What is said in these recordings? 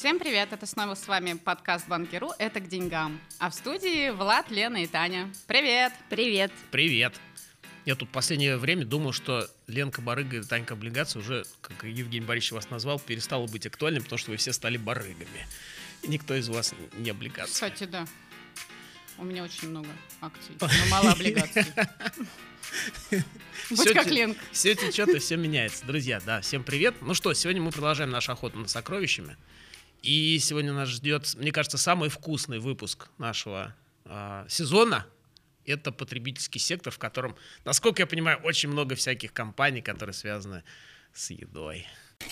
Всем привет, это снова с вами подкаст Банки.ру, это к деньгам. А в студии Влад, Лена и Таня. Привет! Привет! Привет! Я тут в последнее время думал, что Ленка барыга и Танька облигация уже, как Евгений Борисович вас назвал, перестало быть актуальным, потому что вы все стали барыгами. И никто из вас не облигация. Кстати, да. У меня очень много акций, но мало облигаций. Будь как Ленка. Все течет и все меняется. Друзья, да, всем привет. Ну что, сегодня мы продолжаем нашу охоту на сокровищами. И сегодня нас ждет, мне кажется, самый вкусный выпуск нашего сезона. Это потребительский сектор, в котором, насколько я понимаю, очень много всяких компаний, которые связаны с едой.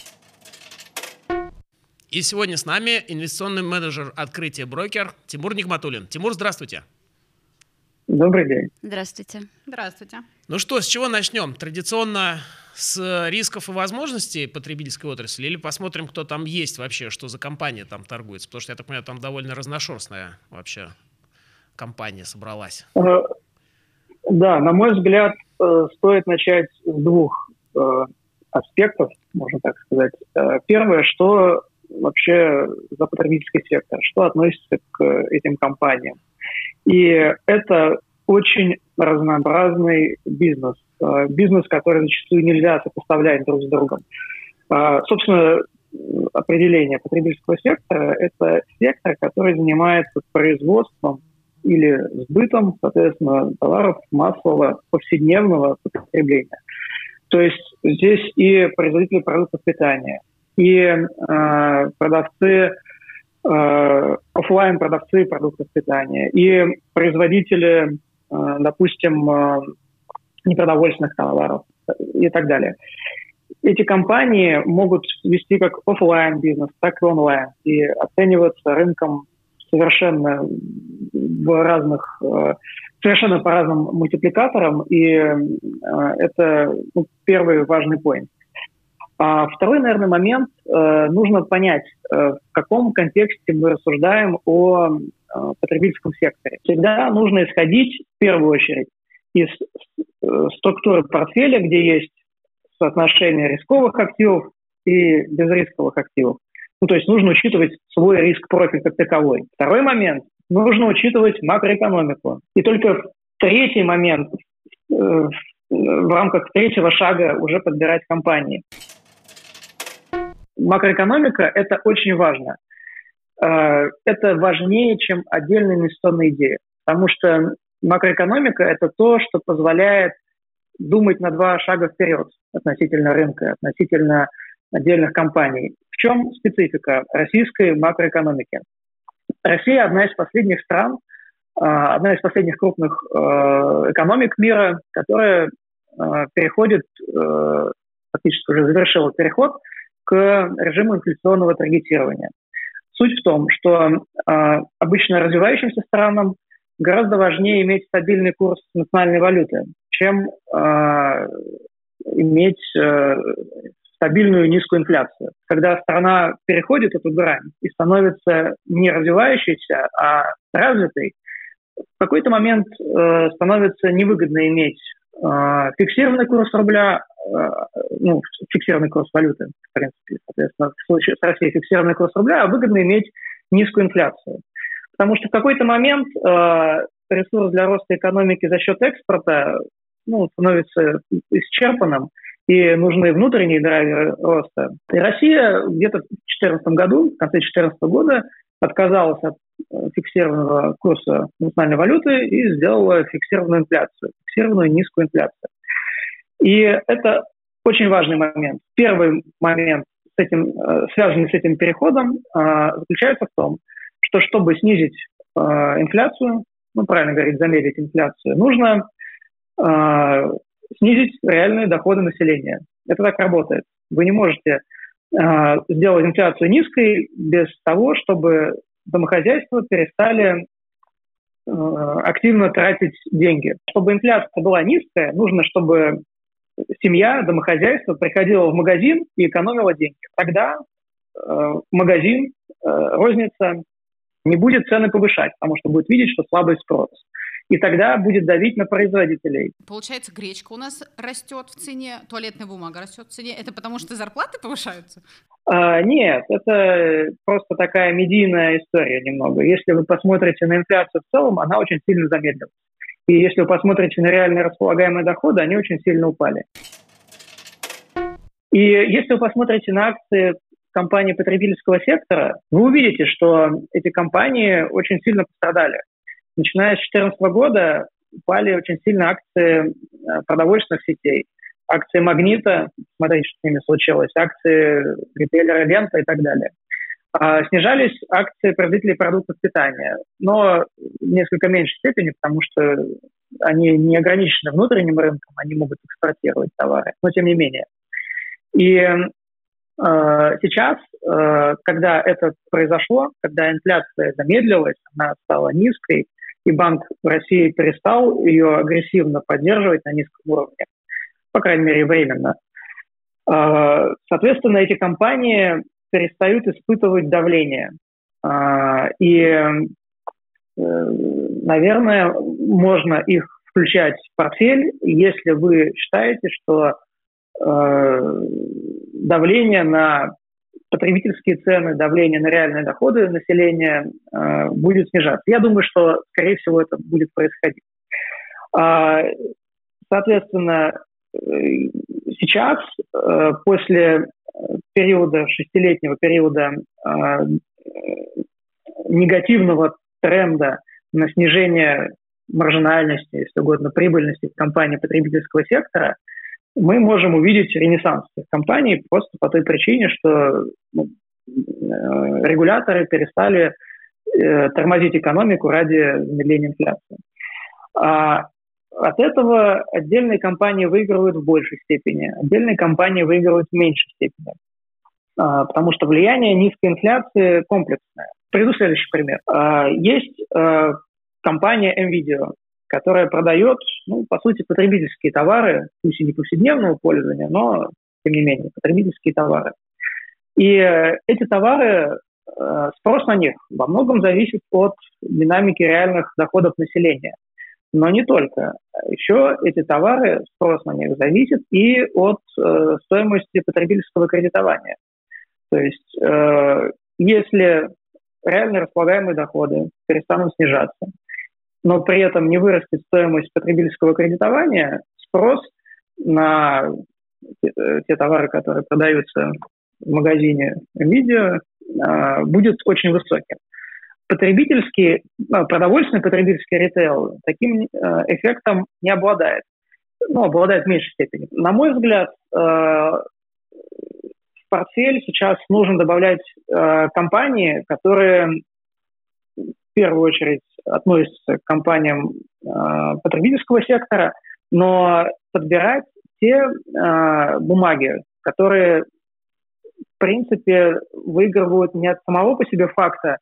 И сегодня с нами инвестиционный менеджер «Открытие Брокер» Тимур Нигматуллин. Тимур, здравствуйте. Добрый день. Здравствуйте. Здравствуйте. Ну что, с чего начнем? Традиционно с рисков и возможностей потребительской отрасли или посмотрим, кто там есть вообще, что за компания там торгуется? Потому что, я так понимаю, там довольно разношерстная вообще компания собралась. Да, на мой взгляд, стоит начать с двух аспектов, можно так сказать. Первое, что вообще за потребительский сектор, что относится к этим компаниям. И это очень разнообразный бизнес. Бизнес, который зачастую нельзя сопоставлять друг с другом. Собственно, определение потребительского сектора – это сектор, который занимается производством или сбытом, соответственно, товаров массового повседневного потребления. То есть здесь и производители продуктов питания, и продавцы, офлайн-продавцы продуктов питания, и производители, допустим, непродовольственных товаров и так далее. Эти компании могут вести как офлайн-бизнес, так и онлайн, и оцениваться рынком совершенно по разным мультипликаторам, и это первый важный поинт. А второй, наверное, момент, нужно понять, в каком контексте мы рассуждаем о потребительском секторе. Всегда нужно исходить в первую очередь из структуры портфеля, где есть соотношение рисковых активов и безрисковых активов. То есть нужно учитывать свой риск-профиль как таковой. Второй момент – нужно учитывать макроэкономику. И только третий момент – в рамках третьего шага уже подбирать компании. Макроэкономика – это очень важно. Это важнее, чем отдельные инвестиционные идеи. Потому что макроэкономика – это то, что позволяет думать на два шага вперед относительно рынка, относительно отдельных компаний. В чем специфика российской макроэкономики? Россия одна из последних стран, одна из последних крупных экономик мира, которая переходит, фактически уже завершила переход к режиму инфляционного таргетирования. Суть в том, что обычно развивающимся странам гораздо важнее иметь стабильный курс национальной валюты, чем иметь стабильную низкую инфляцию. Когда страна переходит эту грань и становится не развивающейся, а развитой, в какой-то момент становится невыгодно иметь фиксированный курс рубля, фиксированный курс валюты, в принципе, соответственно, в случае с Россией фиксированный курс рубля, а выгодно иметь низкую инфляцию. Потому что в какой-то момент ресурс для роста экономики за счет экспорта становится исчерпанным, и нужны внутренние драйверы роста. И Россия где-то в конце 2014 года отказалась от фиксированного курса национальной валюты и сделала фиксированную инфляцию, фиксированную низкую инфляцию. И это очень важный момент. Первый момент, связанный с этим переходом, заключается в том, что чтобы снизить инфляцию, правильно говорить, замедлить инфляцию, нужно снизить реальные доходы населения. Это так работает. Вы не можете сделать инфляцию низкой без того, чтобы домохозяйства перестали активно тратить деньги. Чтобы инфляция была низкая, нужно, чтобы семья, домохозяйство приходила в магазин и экономила деньги. Тогда магазин, розница не будет цены повышать, потому что будет видеть, что слабый спрос. и тогда будет давить на производителей. Получается, гречка у нас растет в цене, туалетная бумага растет в цене. Это потому что зарплаты повышаются? Нет, это просто такая медийная история немного. Если вы посмотрите на инфляцию в целом, она очень сильно замедлилась. И если вы посмотрите на реальные располагаемые доходы, они очень сильно упали. И если вы посмотрите на акции компаний потребительского сектора, вы увидите, что эти компании очень сильно пострадали. Начиная с 2014 года упали очень сильно акции продовольственных сетей, акции «Магнита», смотрите, что с ними случилось, акции ритейлера «Лента» и так далее. Снижались акции производителей продуктов питания, но в несколько меньшей степени, потому что они не ограничены внутренним рынком, они могут экспортировать товары, но тем не менее. И сейчас, когда это произошло, когда инфляция замедлилась, она стала низкой, и Банк России перестал ее агрессивно поддерживать на низком уровне, по крайней мере, временно, соответственно, эти компании перестают испытывать давление. И, наверное, можно их включать в портфель, если вы считаете, что давление на потребительские цены, давление на реальные доходы населения будет снижаться. Я думаю, что, скорее всего, это будет происходить. Соответственно, сейчас, после шестилетнего периода негативного тренда на снижение маржинальности, если угодно, прибыльности компаний потребительского сектора, мы можем увидеть ренессанс этих компаний просто по той причине, что регуляторы перестали тормозить экономику ради замедления инфляции. От этого отдельные компании выигрывают в большей степени, отдельные компании выигрывают в меньшей степени, потому что влияние низкой инфляции комплексное. Приведу следующий пример. Есть компания NVIDIA, которая продает, по сути, потребительские товары, пусть и не повседневного пользования, но, тем не менее, потребительские товары. И эти товары, спрос на них во многом зависит от динамики реальных доходов населения. Но не только. Еще эти товары, спрос на них зависит и от стоимости потребительского кредитования. То есть, если реально располагаемые доходы перестанут снижаться, но при этом не вырастет стоимость потребительского кредитования, спрос на те товары, которые продаются в магазине NVIDIA, будет очень высоким. Продовольственный потребительский ритейл таким эффектом не обладает. Обладает в меньшей степени. На мой взгляд, в портфель сейчас нужно добавлять компании, которые в первую очередь относятся к компаниям потребительского сектора, но подбирать те бумаги, которые, в принципе, выигрывают не от самого по себе факта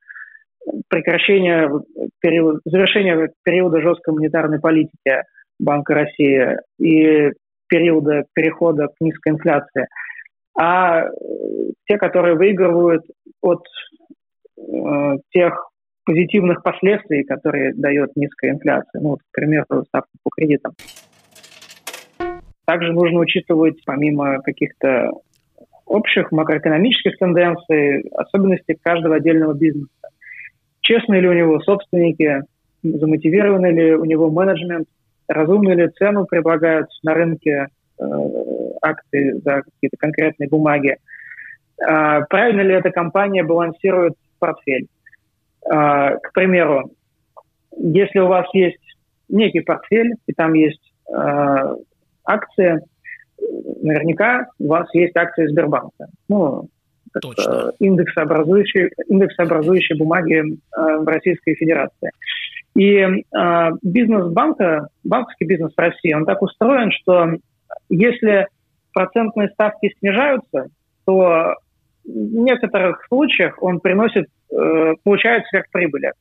завершения периода жесткой монетарной политики Банка России и периода перехода к низкой инфляции, а те, которые выигрывают от тех позитивных последствий, которые дает низкая инфляция. К примеру, ставку по кредитам. Также нужно учитывать, помимо каких-то общих макроэкономических тенденций, особенности каждого отдельного бизнеса. Честны ли у него собственники, замотивированы ли у него менеджмент, разумную ли цену предлагают на рынке акции за какие-то конкретные бумаги, правильно ли эта компания балансирует портфель. К примеру, если у вас есть некий портфель, и там есть акции, наверняка у вас есть акции Сбербанка. Индексообразующие бумаги в Российской Федерации. И бизнес банка, банковский бизнес в России, он так устроен, что если процентные ставки снижаются, то в некоторых случаях он получает сверхприбыли.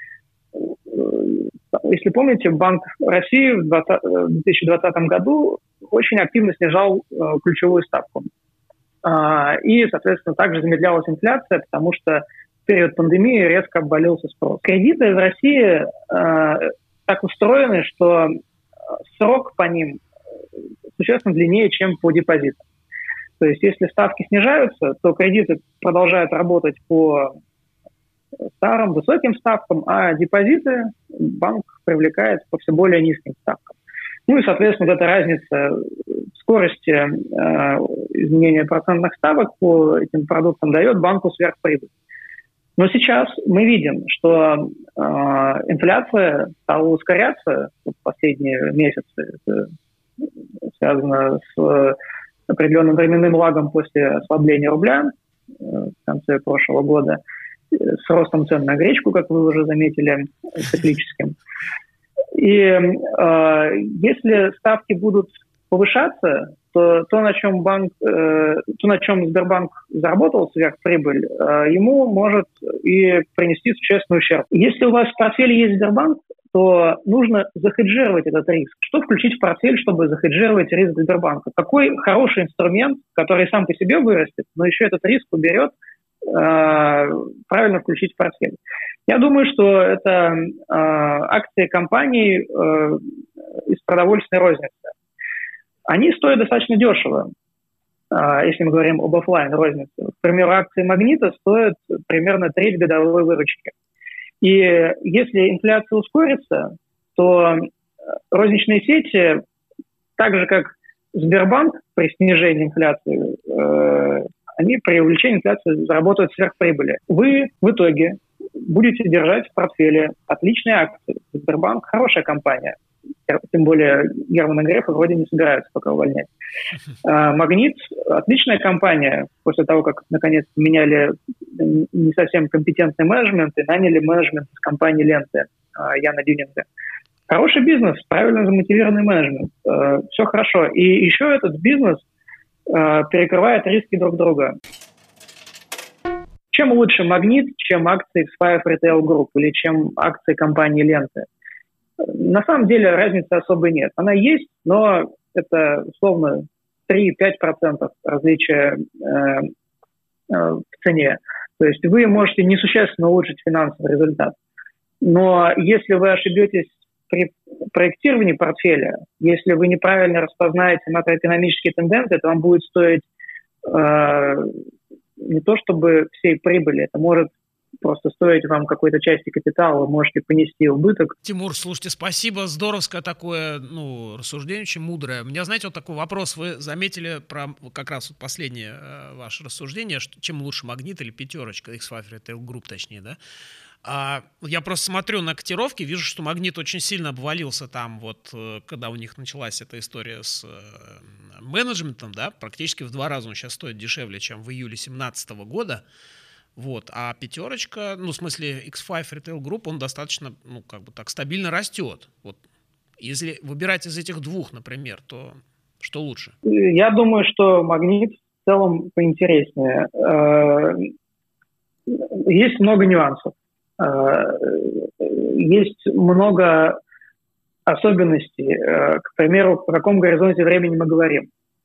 Если помните, Банк России в 2020 году очень активно снижал ключевую ставку. И, соответственно, также замедлялась инфляция, потому что в период пандемии резко обвалился спрос. Кредиты в России так устроены, что срок по ним существенно длиннее, чем по депозитам. То есть если ставки снижаются, то кредиты продолжают работать по старым высоким ставкам, а депозиты банк привлекает по все более низким ставкам. Ну и, соответственно, вот эта разница в скорости изменения процентных ставок по этим продуктам дает банку сверхприбыль. Но сейчас мы видим, что инфляция стала ускоряться в последние месяцы. Это связано с определенным временным лагом после ослабления рубля в конце прошлого года, с ростом цен на гречку, как вы уже заметили, циклическим. И если ставки будут повышаться, то на чем Сбербанк заработал сверхприбыль, ему может и принести существенный ущерб. Если у вас в портфеле есть Сбербанк, то нужно захеджировать этот риск. Что включить в портфель, чтобы захеджировать риск Сбербанка? Какой хороший инструмент, который сам по себе вырастет, но еще этот риск уберет, правильно включить в портфель? Я думаю, что это акции компаний из продовольственной розницы. Они стоят достаточно дешево, если мы говорим об офлайн рознице. К примеру, акции «Магнита» стоят примерно треть годовой выручки. И если инфляция ускорится, то розничные сети, так же как Сбербанк при снижении инфляции, они при увеличении инфляции заработают сверхприбыли. Вы в итоге будете держать в портфеле отличные акции. Сбербанк – хорошая компания. Тем более Германа Грефа вроде не собираются пока увольнять. «Магнит» – отличная компания. После того, как наконец меняли не совсем компетентный менеджмент и наняли менеджмент из компании «Ленты» Яна Дюнинга. Хороший бизнес, правильно замотивированный менеджмент. Все хорошо. И еще этот бизнес перекрывает риски друг друга. Чем лучше «Магнит», чем акции X5 Retail Group или чем акции компании «Ленты»? На самом деле разницы особой нет. Она есть, но это условно 3-5% различия в цене. То есть вы можете несущественно улучшить финансовый результат. Но если вы ошибетесь при проектировании портфеля, если вы неправильно распознаете макроэкономические тенденции, то вам будет стоить не то чтобы всей прибыли, это может просто стоить вам какой-то части капитала, вы можете понести убыток. Тимур, слушайте, спасибо, здоровское такое, рассуждение, очень мудрое. У меня, знаете, вот такой вопрос. Вы заметили про как раз вот последнее ваше рассуждение, что чем лучше «Магнит» или «Пятерочка», X5 Retail Group, точнее, да? Я просто смотрю на котировки, вижу, что «Магнит» очень сильно обвалился там, вот, когда у них началась эта история с менеджментом, да, практически в 2 раза он сейчас стоит дешевле, чем в июле 2017 года. Вот, а «Пятерочка», в смысле X5 Retail Group, он достаточно, так стабильно растет. Вот, если выбирать из этих двух, например, то что лучше? Я думаю, что «Магнит» в целом поинтереснее. Есть много нюансов. Есть много особенностей. К примеру, по каком горизонте времени мы говорим.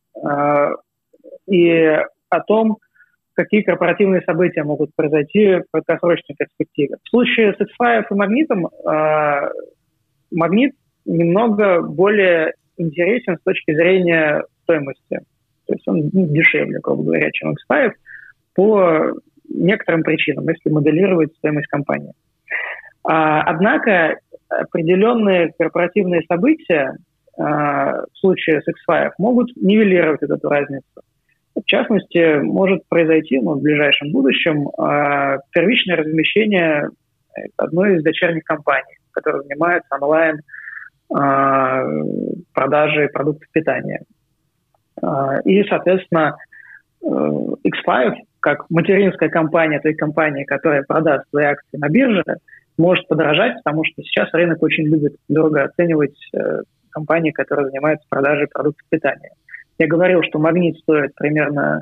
И о том, какие корпоративные события могут произойти в краткосрочной перспективе. В случае с X5 и «Магнитом» «Магнит» немного более интересен с точки зрения стоимости. То есть он дешевле, грубо говоря, чем X5 по некоторым причинам, если моделировать стоимость компании. Однако определенные корпоративные события в случае с X5 могут нивелировать эту разницу. В частности, может произойти в ближайшем будущем первичное размещение одной из дочерних компаний, которая занимается онлайн продажей продуктов питания. И, соответственно, X5, как материнская компания той компании, которая продаст свои акции на бирже, может подорожать, потому что сейчас рынок очень любит дорого оценивать компании, которые занимаются продажей продуктов питания. Я говорил, что «Магнит» стоит примерно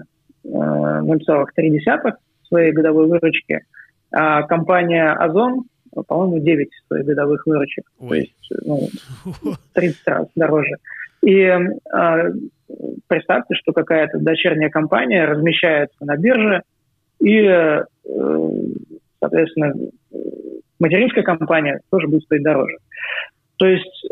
0,3 своей годовой выручки, а компания «Озон», по-моему, 9 своих годовых выручек. Ой. То есть 30 раз дороже. И представьте, что какая-то дочерняя компания размещается на бирже, и, соответственно, материнская компания тоже будет стоить дороже. То есть,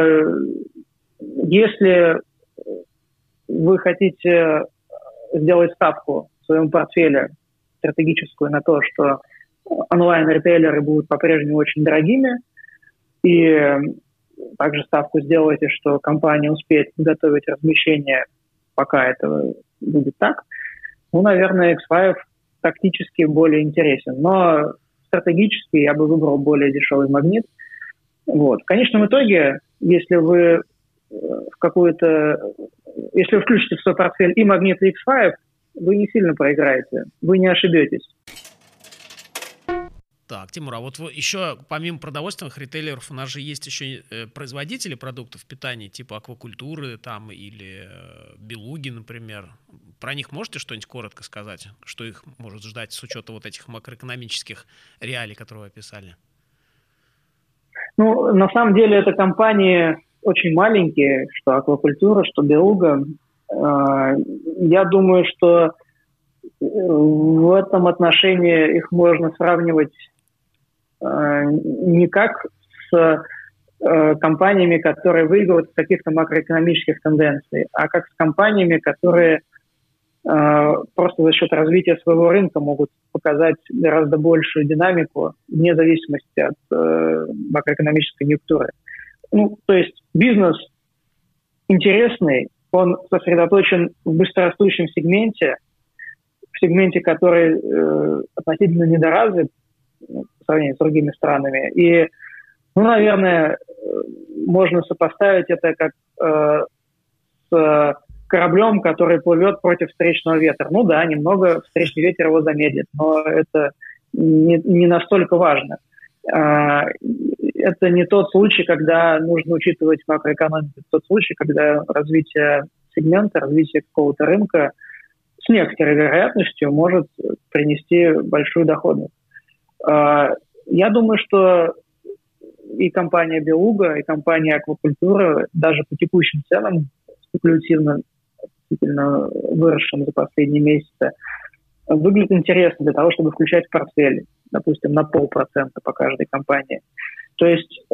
если вы хотите сделать ставку в своем портфеле стратегическую на то, что онлайн-ритейлеры будут по-прежнему очень дорогими, и также ставку сделаете, что компания успеет подготовить размещение, пока это будет так, наверное, X5 тактически более интересен. Но стратегически я бы выбрал более дешевый магнит. Вот. В конечном итоге, если вы включите в свой портфель и магнит, и X5, вы не сильно проиграете, вы не ошибетесь. Так, Тимур, а вот еще помимо продовольственных ритейлеров у нас же есть еще производители продуктов питания типа аквакультуры там или белуги, например. Про них можете что-нибудь коротко сказать? Что их может ждать с учетом вот этих макроэкономических реалий, которые вы описали? На самом деле это компании очень маленькие, что аквакультура, что белуга. Я думаю, что в этом отношении их можно сравнивать не как с компаниями, которые выигрывают в каких-то макроэкономических тенденций, а как с компаниями, которые просто за счет развития своего рынка могут показать гораздо большую динамику вне зависимости от макроэкономической конъюнктуры. То есть бизнес интересный, он сосредоточен в быстрорастущем сегменте, в сегменте, который относительно недоразвит по сравнению с другими странами. И, наверное, можно сопоставить это как с кораблем, который плывет против встречного ветра. Да, немного встречный ветер его замедлит, но это не настолько важно. Это не тот случай, когда нужно учитывать макроэкономику. Это тот случай, когда развитие сегмента, развитие какого-то рынка с некоторой вероятностью может принести большую доходность. Я думаю, что и компания «Белуга», и компания «Аквакультура» даже по текущим ценам, спекулятивно относительно выросшим за последние месяцы, выглядит интересно для того, чтобы включать в портфель, допустим, на 0,5% по каждой компании. То есть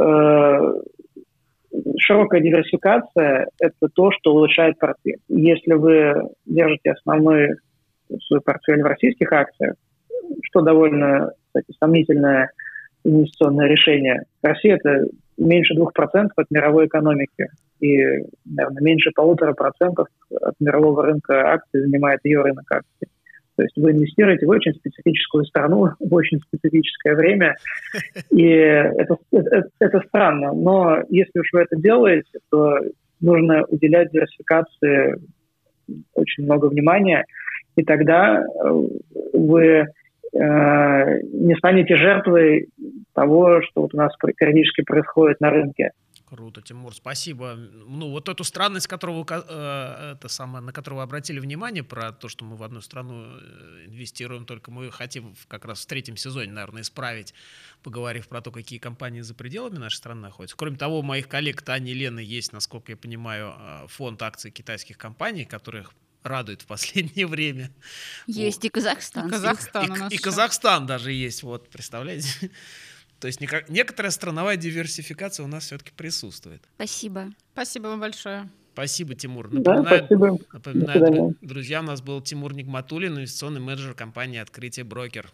широкая диверсификация – это то, что улучшает портфель. Если вы держите основной свой портфель в российских акциях, что довольно, кстати, сомнительное инвестиционное решение. Россия – это меньше 2% от мировой экономики. И, наверное, меньше 1,5% от мирового рынка акций занимает ее рынок акций. То есть вы инвестируете в очень специфическую страну, в очень специфическое время. И это странно. Но если уж вы это делаете, то нужно уделять диверсификации очень много внимания. И тогда вы не станете жертвой того, что вот у нас периодически происходит на рынке. Круто, Тимур, спасибо. Вот эту странность, на которую вы обратили внимание, про то, что мы в одну страну инвестируем, только мы хотим как раз в 3-м сезоне, наверное, исправить, поговорив про то, какие компании за пределами нашей страны находятся. Кроме того, у моих коллег Тани и Лены есть, насколько я понимаю, фонд акций китайских компаний, которых радует в последнее время. Есть и Казахстан. И Казахстан даже есть, представляете? То есть некоторая страновая диверсификация у нас все-таки присутствует. Спасибо. Спасибо вам большое. Спасибо, Тимур. Напоминаю, друзья, у нас был Тимур Нигматуллин, инвестиционный менеджер компании «Открытие Брокер».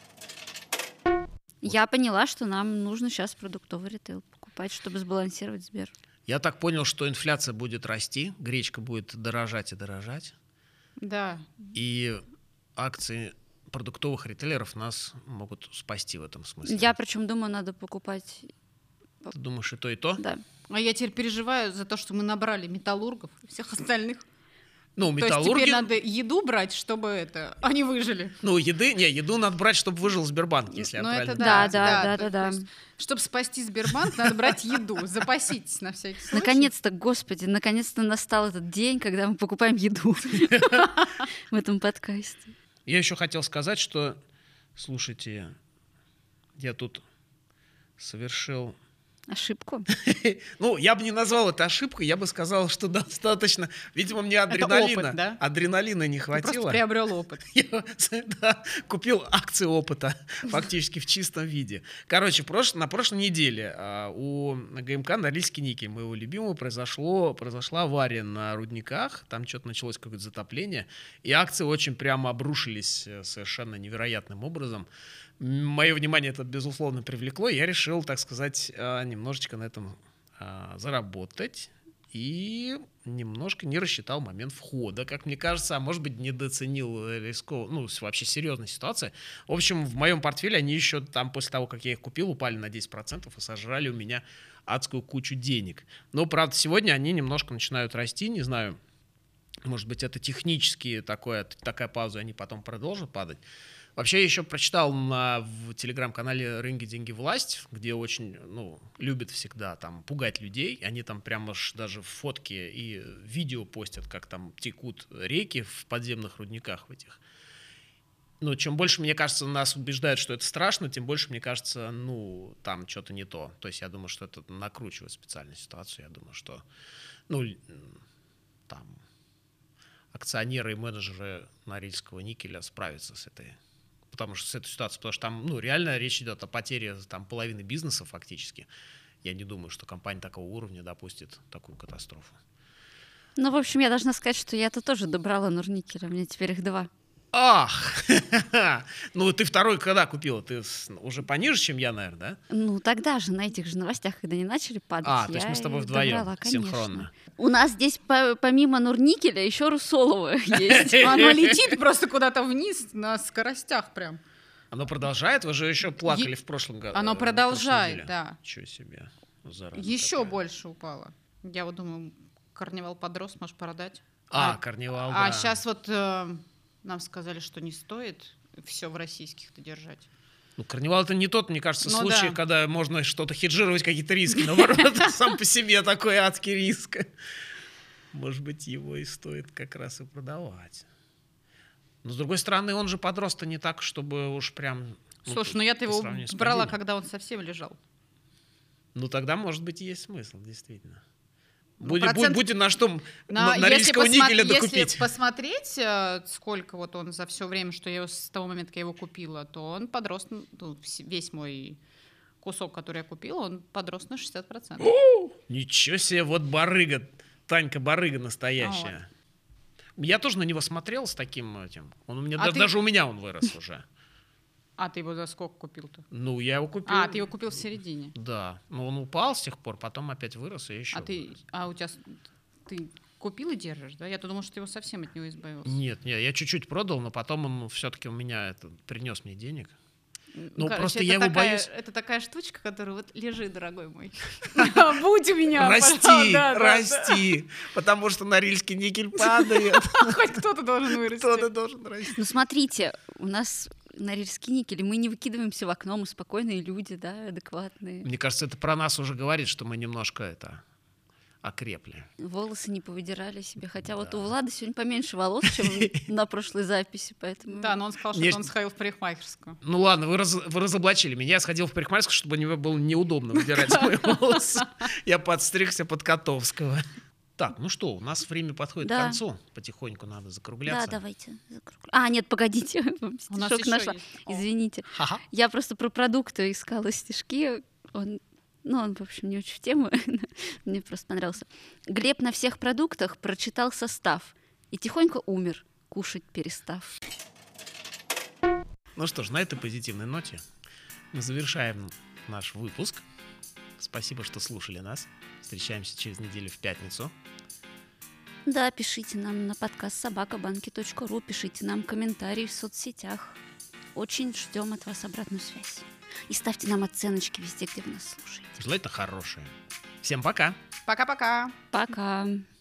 Я поняла, что нам нужно сейчас продуктовый ритейл покупать, чтобы сбалансировать Сбер. Я так понял, что инфляция будет расти, гречка будет дорожать и дорожать. Да. И акции продуктовых ритейлеров нас могут спасти в этом смысле. Я причем думаю, надо покупать... Ты думаешь и то, и то? Да. А я теперь переживаю за то, что мы набрали металлургов и всех остальных. Металлурги... То есть теперь надо еду брать, чтобы они выжили. Еду надо брать, чтобы выжил Сбербанк, если я правильно понимаю. Да. Чтобы спасти Сбербанк, надо брать еду. Запаситесь на всякий случай. Наконец-то, Господи, настал этот день, когда мы покупаем еду в этом подкасте. Я еще хотел сказать, что, слушайте, я тут совершил Ошибку? Ну, я бы не назвал это ошибкой, я бы сказал, что достаточно. Видимо, мне адреналина не хватило. Ты просто приобрел опыт. Я купил акции опыта фактически в чистом виде. Короче, на прошлой неделе у ГМК «Норильский никель», моего любимого, произошла авария на рудниках. Там что-то началось какое-то затопление. И акции очень прямо обрушились совершенно невероятным образом. Мое внимание это, безусловно, привлекло. Я решил, так сказать, немножечко на этом заработать. И немножко не рассчитал момент входа, как мне кажется, а может быть, недооценил вообще серьезная ситуация. В общем, в моем портфеле они еще там, после того, как я их купил, упали на 10% и сожрали у меня адскую кучу денег. Но, правда, сегодня они немножко начинают расти, не знаю, может быть, это технически такая пауза, они потом продолжат падать. Вообще, я еще прочитал в телеграм-канале «Рынки, деньги, власть», где очень, любят всегда там пугать людей. Они там прямо даже фотки и видео постят, как там текут реки в подземных рудниках в этих. Но чем больше, мне кажется, нас убеждают, что это страшно, тем больше, мне кажется, там что-то не то. То есть я думаю, что это накручивает специальную ситуацию. Я думаю, что, там акционеры и менеджеры Норильского никеля справятся с этой ситуацией, потому что там, реально речь идет о потере там половины бизнеса фактически. Я не думаю, что компания такого уровня допустит такую катастрофу. В общем, я должна сказать, что я-то тоже добрала Норникеля, у меня теперь их 2. Ах! Ты второй когда купила? Ты уже пониже, чем я, наверное, да? Тогда же, на этих же новостях, когда они начали падать, то есть мы с тобой вдвоем, синхронно. У нас здесь помимо Норникеля еще Русолово есть. Оно летит просто куда-то вниз на скоростях прям. Оно продолжает? Вы же еще плакали в прошлом году. Оно продолжает, да. Ничего себе. Еще больше упало. Я вот думаю, Карнивал подрос, может продать. Карнивал, да. А сейчас вот нам сказали, что не стоит все в российских-то держать. Карнивал это не тот, мне кажется, случай, когда можно что-то хеджировать, какие-то риски. Наоборот, это сам по себе такой адский риск. Может быть, его и стоит как раз и продавать. Но, с другой стороны, он же подрос-то не так, чтобы уж прям... Слушай, я-то его брала, когда он совсем лежал. Тогда, может быть, и есть смысл, действительно. Будет на что Норильского никеля докупить. Если посмотреть, сколько вот он за все время, что я с того момента, как я его купила, то он подрос, весь мой кусок, который я купила, он подрос на 60%. Ничего себе, вот барыга, Танька барыга настоящая. Я тоже на него смотрел с таким этим. Он у меня даже у меня он вырос уже. А ты его за сколько купил-то? Я его купил. Ты его купил в середине? Да. Он упал с тех пор, потом опять вырос и еще вырос. У тебя... Ты купил и держишь, да? Я-то думал, что ты его совсем от него избавился. Нет, я чуть-чуть продал, но потом он все-таки у меня принес мне денег. Просто я его боюсь. Это такая штучка, которая вот лежи, дорогой мой. Будь у меня. Расти. Потому что Норильский никель падает. Хоть кто-то должен вырасти. Кто-то должен расти. Смотрите, у нас Норильский никель, мы не выкидываемся в окно, мы спокойные люди, да, адекватные. Мне кажется, это про нас уже говорит, что мы немножко окрепли. Волосы не повыдирали себе, хотя вот у Влада сегодня поменьше волос, чем на прошлой записи, поэтому... Да, но он сказал, что он сходил в парикмахерскую. Ладно, вы разоблачили меня, я сходил в парикмахерскую, чтобы мне было неудобно выдирать мои волосы. Я подстригся под Котовского. Так, у нас время подходит к концу. Потихоньку надо закругляться. Да, давайте закругляться. Нет, погодите, стишок нашла. Извините. Я просто про продукты искала стишки. Он, в общем, не очень в тему. Мне просто понравился. Глеб на всех продуктах прочитал состав и тихонько умер, кушать перестав. Ну что ж, на этой позитивной ноте мы завершаем наш выпуск. Спасибо, что слушали нас. Встречаемся через неделю в пятницу. Да, пишите нам на подкаст собакабанки.ру, пишите нам комментарии в соцсетях. Очень ждем от вас обратную связь. И ставьте нам оценочки везде, где вы нас слушаете. Желательно хорошие. Всем пока. Пока-пока. Пока.